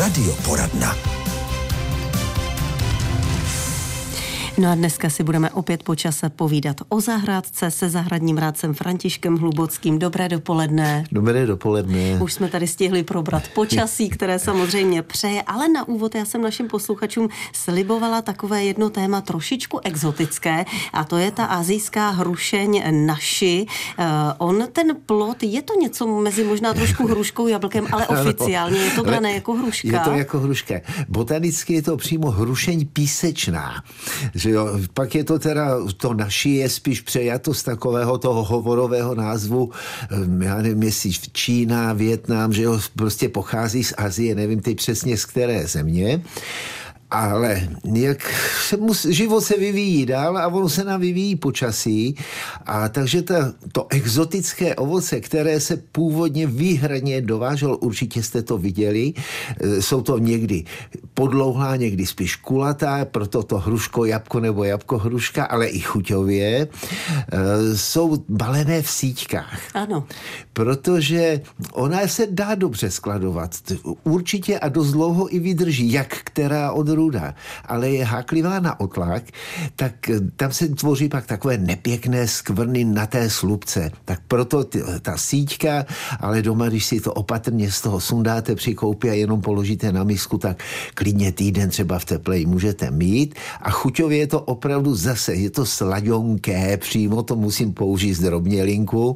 Radioporadna. No a dneska si budeme opět po čase povídat o zahrádce se zahradním rádcem Františkem Hlubockým. Dobré dopoledne. Dobré dopoledne. Už jsme tady stihli probrat počasí, které samozřejmě přeje, ale na úvod já jsem našim posluchačům slibovala takové jedno téma trošičku exotické a to je ta asijská hrušeň naši. Ten plod, je to něco mezi možná trošku hruškou, jablkem, ale oficiálně je to brané jako hruška. Je to jako hruška. Botanicky je to přímo hrušeň písečná. Že jo, pak je to teda, to naši je spíš přejato z takového toho hovorového názvu, já nevím, jestli Čína, Vietnam, že jo, prostě pochází z Asie, nevím teď přesně z které země. Ale život se vyvíjí dál a ono se nám vyvíjí počasí a takže to exotické ovoce, které se původně výhradně dováželo, určitě jste to viděli, jsou to někdy podlouhlá, někdy spíš kulatá, proto to hruško jabko nebo jabko hruška, ale i chuťově, jsou balené v síťkách. Ano. Protože ona se dá dobře skladovat. Určitě a dost dlouho i vydrží, jak která odrůda, ale je háklivá na otlak, tak tam se tvoří pak takové nepěkné skvrny na té slupce. Tak proto ta síťka, ale doma, když si to opatrně z toho sundáte při koupi a jenom položíte na misku, tak klidně týden třeba v tepleji můžete mít. A chuťově je to opravdu zase, je to slaďonké, přímo to musím použít zdrobnělinku.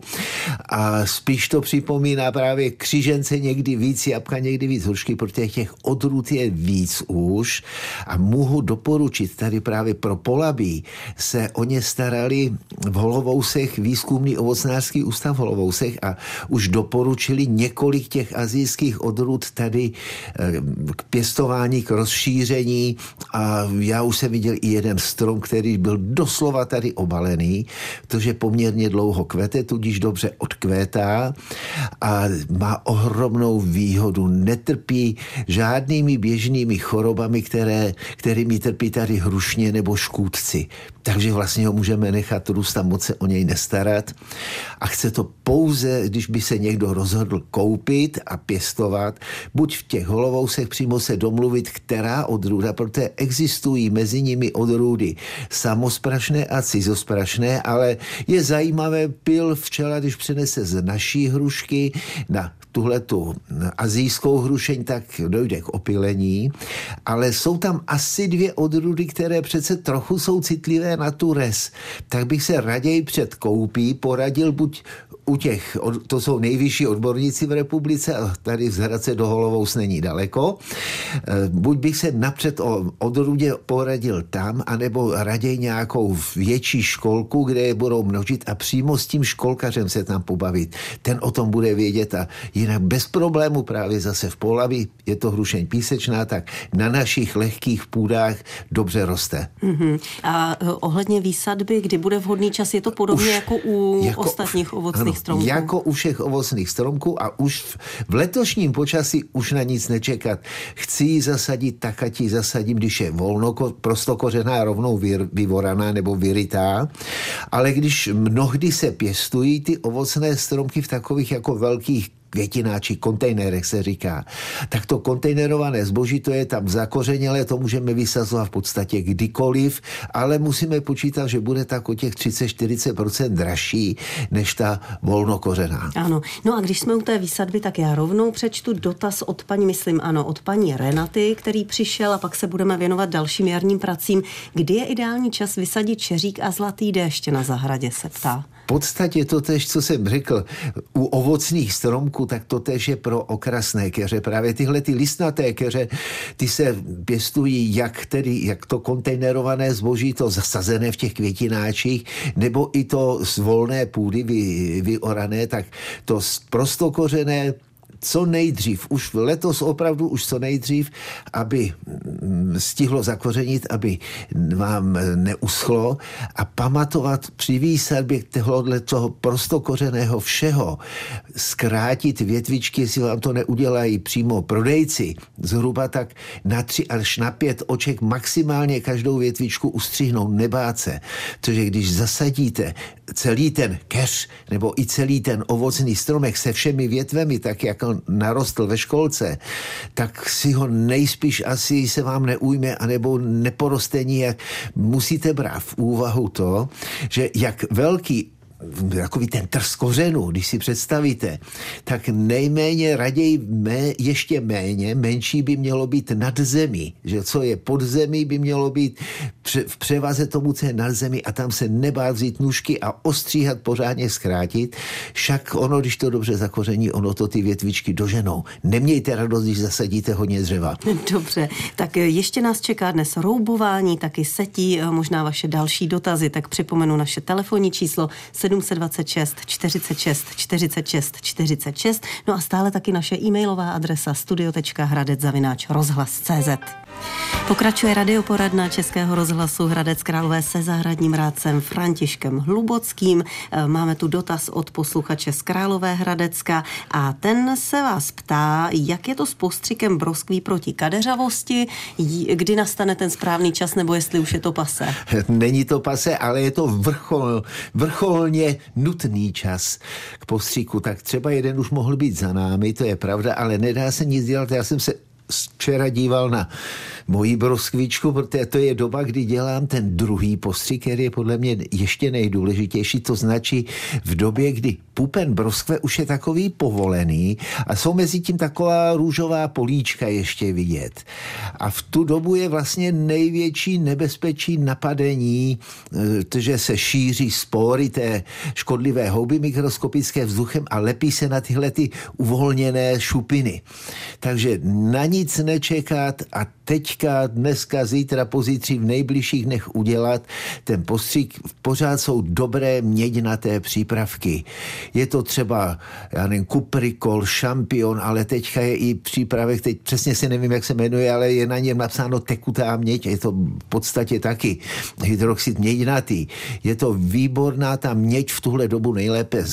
A spíš to připomíná právě křižence, někdy víc jabka, někdy víc hrušky, protože těch odrůd je víc už. A mohu doporučit, tady právě pro Polabí se o ně starali v Holovousech, výzkumný ovocnářský ústav v Holovousech a už doporučili několik těch asijských odrůd tady k pěstování, k rozšíření a já už jsem viděl i jeden strom, který byl doslova tady obalený, protože poměrně dlouho kvete, tudíž dobře odkvétá a má ohromnou výhodu, netrpí žádnými běžnými chorobami, kterými trpí tady hrušně nebo škůdci. Takže vlastně ho můžeme nechat růst a moc se o něj nestarat. A chce to pouze, když by se někdo rozhodl koupit a pěstovat, buď v těch Holovousech přímo se domluvit, která odrůda, protože existují mezi nimi odrůdy samosprašné a cizosprašné, ale je zajímavé, pil včela, když přenese z naší hrušky na tuhletu asijskou hrušeň, tak dojde k opylení, ale jsou tam asi 2 odrůdy, které přece trochu jsou citlivé na tu res. Tak bych se raději před koupí poradil buď u těch, to jsou nejvyšší odborníci v republice, a tady v Hradce do Holovous není daleko, buď bych se napřed o odrůdě poradil tam, anebo raději nějakou větší školku, kde je budou množit a přímo s tím školkařem se tam pobavit. Ten o tom bude vědět a jinak bez problému právě zase v Polabí, je to hrušeň písečná, tak na našich lehkých půdách dobře roste. Mm-hmm. A ohledně výsadby, kdy bude vhodný čas, je to podobně jako u ostatních ovocných stromků? Jako u všech ovocných stromků a už v letošním počasí už na nic nečekat. Chci ji zasadit, tak ať ji zasadím, když je prostokořená, rovnou vyvoraná nebo vyrytá, ale když mnohdy se pěstují ty ovocné stromky v takových jako velkých květináči, kontejnerech se říká. Tak to kontejnerované zboží, to je tam zakořenělé, to můžeme vysazovat v podstatě kdykoliv, ale musíme počítat, že bude tak o těch 30-40% dražší než ta volnokořená. Ano. No a když jsme u té výsadby, tak já rovnou přečtu dotaz od paní Renaty, který přišel a pak se budeme věnovat dalším jarním pracím. Kdy je ideální čas vysadit čeřík a zlatý déšť na zahradě, se ptá. V podstatě to tež, co jsem řekl, u ovocných stromků, tak to tež je pro okrasné keře. Právě tyhle ty listnaté keře, ty se pěstují jak to kontejnerované zboží, to zasazené v těch květináčích, nebo i to z volné půdy vyorané, tak to prostokořené co nejdřív, už letos opravdu už co nejdřív, aby stihlo zakořenit, aby vám neuschlo a pamatovat při výsadbě toho prostokořeného všeho, zkrátit větvičky, jestli vám to neudělají přímo prodejci, zhruba tak na 3 až na 5 oček maximálně každou větvičku ustřihnout, nebát se. Protože když zasadíte celý ten keř nebo i celý ten ovocný stromek se všemi větvemi, tak jak třeba narostl ve školce, tak si ho nejspíš asi se vám neujme, anebo neporoste nijak. Musíte brát v úvahu to, že jak velký takový ten trsk kořenů, když si představíte, tak nejméně raději ještě menší by mělo být nad zemí, že co je pod zemí by mělo být v převaze tomu, co je nad zemí a tam se nebát vzít nůžky a ostříhat, pořádně zkrátit, však ono, když to dobře zakoření, ono to ty větvičky doženou. Nemějte radost, když zasadíte hodně dřeva. Dobře, tak ještě nás čeká dnes roubování, taky setí, možná vaše další dotazy, tak připomenu naše telefonní číslo 726 46 46 46, no a stále taky naše e-mailová adresa studio.hradec@rozhlas.cz. Pokračuje radioporadna Českého rozhlasu Hradec Králové se zahradním rádcem Františkem Hlubockým. Máme tu dotaz od posluchače z Královéhradecka a ten se vás ptá, jak je to s postřikem broskví proti kadeřavosti, kdy nastane ten správný čas, nebo jestli už je to pase? Není to pase, ale je to vrcholně nutný čas k postřiku. Tak třeba jeden už mohl být za námi, to je pravda, ale nedá se nic dělat. Já jsem se včera díval na moji broskvičku, protože to je doba, kdy dělám ten druhý postřik, který je podle mě ještě nejdůležitější. To značí v době, kdy pupen broskve už je takový povolený a jsou mezi tím taková růžová políčka ještě vidět. A v tu dobu je vlastně největší nebezpečí napadení, že se šíří spory té škodlivé houby mikroskopické vzduchem a lepí se na tyhle ty uvolněné šupiny. Takže na nic nečekat a teďka, dneska, zítra, pozítří, v nejbližších dnech udělat ten postřik. Pořád jsou dobré měďnaté přípravky. Je to třeba, já nevím, kuprikol, šampion, ale teďka je i přípravek, teď přesně si nevím, jak se jmenuje, ale je na něm napsáno tekutá měď. Je to v podstatě taky hydroxid měďnatý. Je to výborná, ta měď v tuhle dobu nejlépe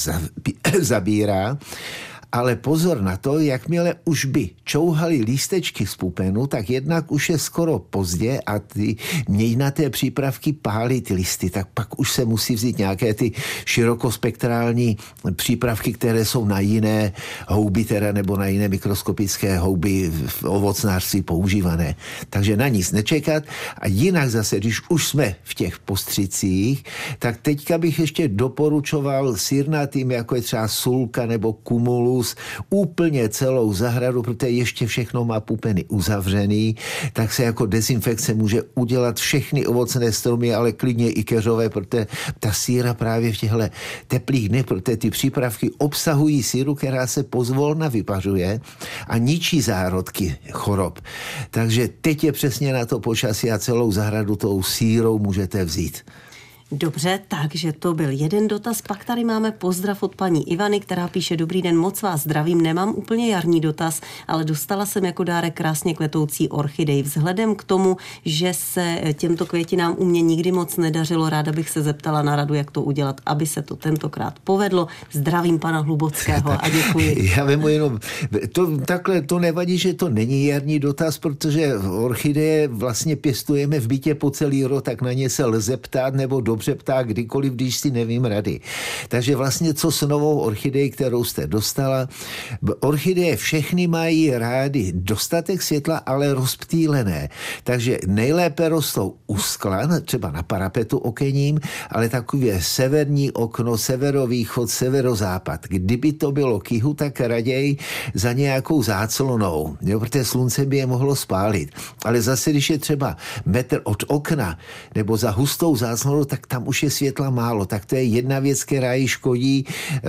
zabírá. Ale pozor na to, jakmile už by čouhaly lístečky z pupenu, tak jednak už je skoro pozdě a ty měďnaté přípravky pálí ty listy, tak pak už se musí vzít nějaké ty širokospektrální přípravky, které jsou na jiné houby teda, nebo na jiné mikroskopické houby v ovocnářství používané. Takže na nic nečekat a jinak zase, když už jsme v těch postřicích, tak teďka bych ještě doporučoval sirnatým, jako je třeba sulka nebo kumulus, úplně celou zahradu, protože ještě všechno má pupeny uzavřený, tak se jako dezinfekce může udělat všechny ovocné stromy, ale klidně i keřové, protože ta síra právě v těchto teplých dnech, protože ty přípravky obsahují síru, která se pozvolna vypařuje a ničí zárodky chorob. Takže teď je přesně na to počasí a celou zahradu tou sírou můžete vzít. Dobře, takže to byl jeden dotaz. Pak tady máme pozdrav od paní Ivany, která píše: dobrý den, moc vás zdravím, nemám úplně jarní dotaz, ale dostala jsem jako dárek krásně kvetoucí orchidej. Vzhledem k tomu, že se těmto květinám u mě nikdy moc nedařilo, ráda bych se zeptala na radu, jak to udělat, aby se to tentokrát povedlo. Zdravím pana Hlubockého a děkuji. Já vím jenom, takhle to nevadí, že to není jarní dotaz, protože orchideje vlastně pěstujeme v bytě po celý rok, tak na ně se lze ptát nebo dobře ptát kdykoliv, když si nevím rady. Takže vlastně co s novou orchidejí, kterou jste dostala? Orchideje všechny mají rády dostatek světla, ale rozptýlené. Takže nejlépe rostou u skla, třeba na parapetu okenním, ale takové severní okno, severovýchod, severozápad. Kdyby to bylo k jihu, tak raději za nějakou záclonou, jo, protože slunce by je mohlo spálit. Ale zase, když je třeba metr od okna nebo za hustou záclonou, tak tam už je světla málo. Tak to je jedna věc, která jí škodí.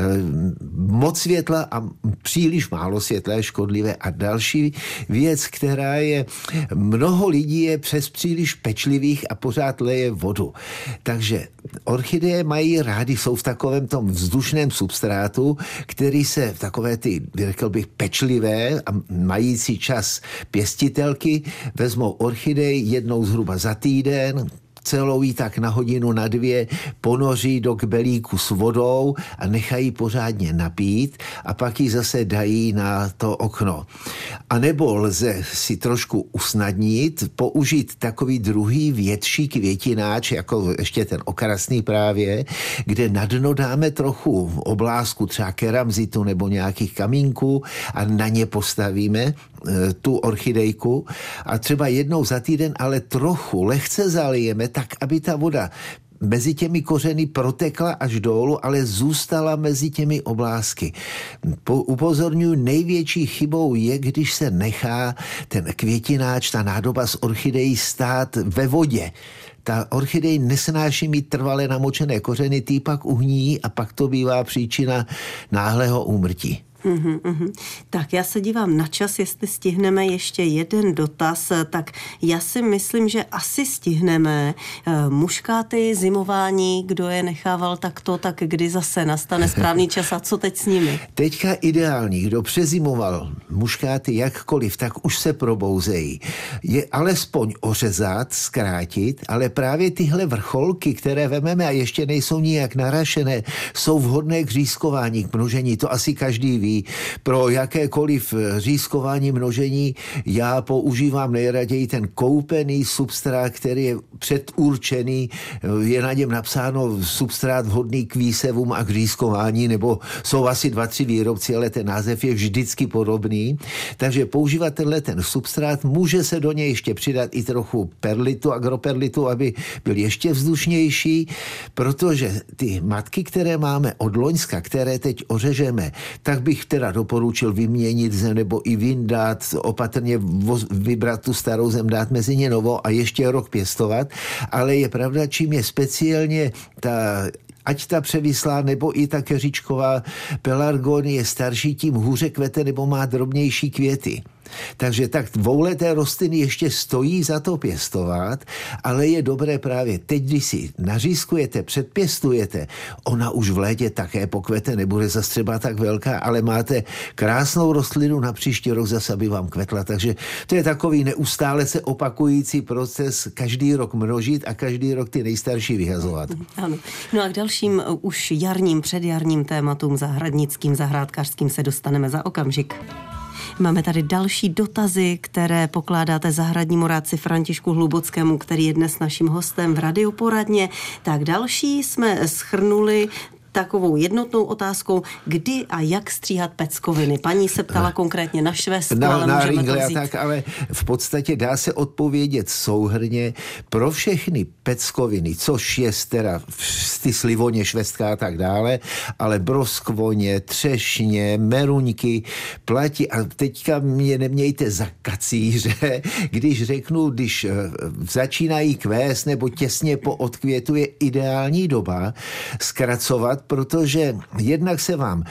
Moc světla a příliš málo světla je škodlivé. A další věc, která je, mnoho lidí je přes příliš pečlivých a pořád leje vodu. Takže orchideje mají rády, jsou v takovém tom vzdušném substrátu, který se v takové ty, řekl bych, pečlivé a mající čas pěstitelky vezmou orchidej jednou zhruba za týden, celou ji tak na hodinu, na 2 ponoří do kbelíku s vodou a nechají pořádně napít a pak ji zase dají na to okno. A nebo lze si trošku usnadnit, použít takový druhý větší květináč, jako ještě ten okrasný právě, kde na dno dáme trochu oblásku, třeba keramzitu nebo nějakých kamínků a na ně postavíme tu orchidejku a třeba jednou za týden, ale trochu lehce zalijeme tak, aby ta voda mezi těmi kořeny protekla až dolů, ale zůstala mezi těmi oblásky. Upozorňuji, největší chybou je, když se nechá ten květináč, ta nádoba z orchidejí stát ve vodě. Ta orchidej nesnáší mít trvale namočené kořeny, ty pak uhní a pak to bývá příčina náhlého úmrtí. Tak já se dívám na čas, jestli stihneme ještě jeden dotaz, tak já si myslím, že asi stihneme. Muškáty, zimování, kdo je nechával takto, tak kdy zase nastane správný čas a co teď s nimi? Teďka ideální, kdo přezimoval muškáty jakkoliv, tak už se probouzejí. Je alespoň ořezat, zkrátit, ale právě tyhle vrcholky, které vememe a ještě nejsou nijak narašené, jsou vhodné k řízkování, k množení, to asi každý ví. Pro jakékoliv řízkování, množení já používám nejraději ten koupený substrát, který je předurčený, je na něm napsáno substrát vhodný k výsevům a k řízkování, nebo jsou asi 2-3 výrobci, ale ten název je vždycky podobný. Takže používat ten substrát, může se do něj ještě přidat i trochu perlitu, agroperlitu, aby byl ještě vzdušnější, protože ty matky, které máme od loňska, které teď ořežeme, tak bych teda doporučil vyměnit zem nebo i vyndat, opatrně vybrat tu starou zem, dát mezi ně novou a ještě rok pěstovat, ale je pravda, čím je speciálně ať ta převislá nebo i ta keřičková pelargonie starší, tím hůře kvete nebo má drobnější květy. Takže tak dvouleté rostliny ještě stojí za to pěstovat, ale je dobré právě teď, když si nařízkujete, předpěstujete, ona už v létě také pokvete, nebude zase třeba tak velká, ale máte krásnou rostlinu na příští rok zase, aby vám kvetla. Takže to je takový neustále se opakující proces, každý rok množit a každý rok ty nejstarší vyhazovat. Ano. No a k dalším už jarním, předjarním tématům zahradnickým, zahrádkářským se dostaneme za okamžik. Máme tady další dotazy, které pokládáte zahradnímu rádci Františku Hlubockému, který je dnes naším hostem v Radioporadně. Tak další jsme shrnuli takovou jednotnou otázkou, kdy a jak stříhat peckoviny. Paní se ptala konkrétně na švestku, ale můžeme to vzít. Tak, ale v podstatě dá se odpovědět souhrně pro všechny peckoviny, což je teda ty slivoně, švestka a tak dále, ale broskvoně, třešně, meruňky, platí. A teďka mě nemějte za kacíře, když řeknu, když začínají kvést nebo těsně po odkvětu, je ideální doba zkracovat, protože jednak se vám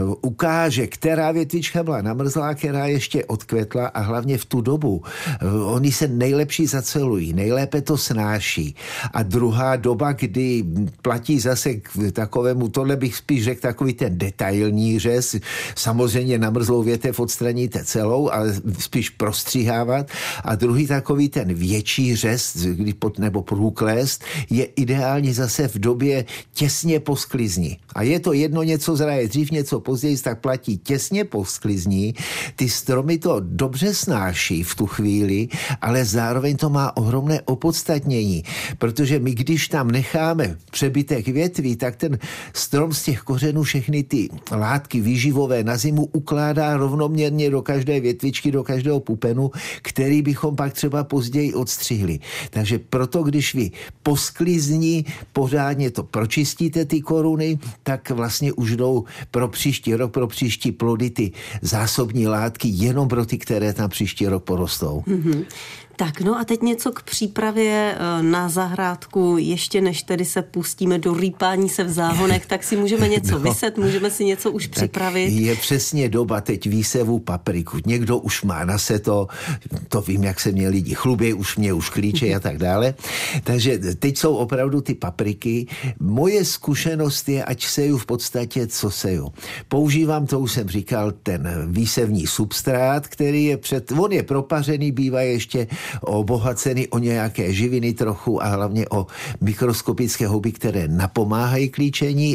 ukáže, která větvička byla namrzlá, která ještě odkvetla a hlavně v tu dobu oni se nejlepší zacelují, nejlépe to snáší. A druhá doba, kdy platí zase k takovému, tohle bych spíš řekl takový ten detailní řez, samozřejmě namrzlou větev odstraníte celou, ale spíš prostříhávat. A druhý takový ten větší řez, nebo průklest, je ideální zase v době těsně po sklizni. A je to jedno, něco zraje dřív, něco později, tak platí těsně po sklizni. Ty stromy to dobře snáší v tu chvíli, ale zároveň to má ohromné opodstatnění, protože my, když tam necháme přebytek větví, tak ten strom z těch kořenů všechny ty látky výživové na zimu ukládá rovnoměrně do každé větvičky, do každého pupenu, který bychom pak třeba později odstřihli. Takže proto, když vy po sklizni pořádně to pročistíte ty koruny, tak vlastně už jdou pro příští rok, pro příští plody ty zásobní látky jenom pro ty, které tam příští rok porostou. Mm-hmm. Tak no a teď něco k přípravě na zahrádku. Ještě než tedy se pustíme do rýpání se v záhonech, tak si můžeme něco vyset, můžeme si něco už připravit. Je přesně doba teď výsevu papriku. Někdo už má na se to vím, jak se mě lidi chlubí, už klíče a tak dále. Takže teď jsou opravdu ty papriky. Moje zkušenost je, ať seju v podstatě, co seju. Používám, to už jsem říkal, ten výsevní substrát, který je on je propařený, bývá ještě obohacený o nějaké živiny trochu a hlavně o mikroskopické houby, které napomáhají klíčení.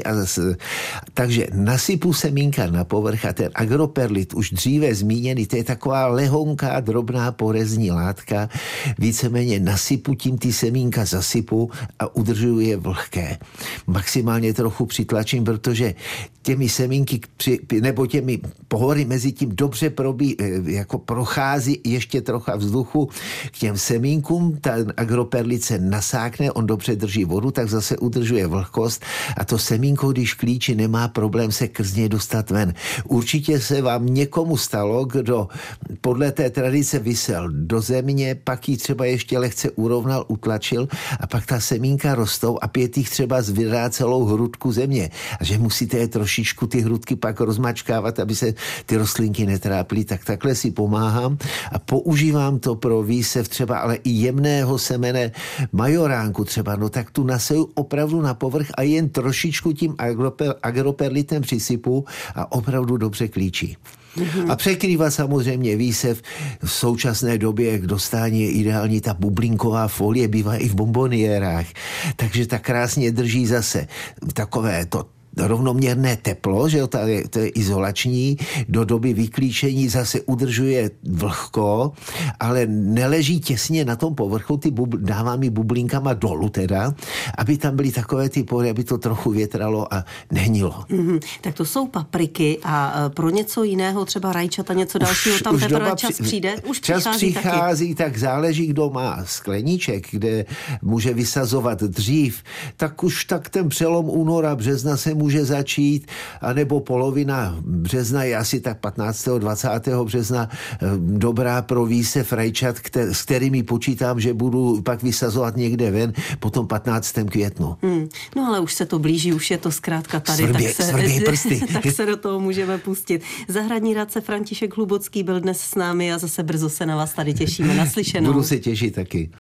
Takže nasypu semínka na povrch a ten agroperlit, už dříve zmíněný, to je taková lehonká, drobná porezní látka, víceméně nasypu tím ty semínka zasypu a udržuju je vlhké. Maximálně trochu přitlačím, protože těmi semínky nebo těmi pohory mezi tím dobře jako prochází ještě trocha vzduchu k těm semínkům, ten agroperlit se nasákne, on dobře drží vodu, tak zase udržuje vlhkost a to semínko, když klíči, nemá problém se krz něj dostat ven. Určitě se vám někomu stalo, kdo podle té tradice vysel do země, pak ji třeba ještě lehce urovnal, utlačil a pak ta semínka rostou a 5 jich třeba zvydá celou hrudku země. A že musíte je trošičku ty hrudky pak rozmačkávat, aby se ty rostlinky netrápily, tak takhle si pomáhám a používám to pro výsev třeba ale i jemného semene majoránku třeba, no tak tu naseju opravdu na povrch a jen trošičku tím agroperlitem přisypu a opravdu dobře klíčí. A překrývá samozřejmě výsev v současné době k dostání je ideální ta bublinková folie, bývá i v bomboniérách. Takže ta krásně drží zase takové to rovnoměrné teplo, že to je izolační, do doby vyklíčení zase udržuje vlhko, ale neleží těsně na tom povrchu, dávám ji bublinkama dolů teda, aby tam byly takové ty pory, aby to trochu větralo a nehnilo. Tak to jsou papriky a pro něco jiného, třeba rajčata, něco dalšího, tam teprve čas přijde? Už čas přichází, tak záleží, kdo má skleníček, kde může vysazovat dřív, tak už tak ten přelom února, března se může začít, anebo polovina března je asi tak 15. 20. března dobrá pro výsev rajčat, s kterými počítám, že budu pak vysazovat někde ven po tom 15. květnu. No ale už se to blíží, už je to zkrátka tady, tak se do toho můžeme pustit. Zahradní rádce František Hlubocký byl dnes s námi a zase brzo se na vás tady těšíme. Naslyšenou. Budu se těšit taky.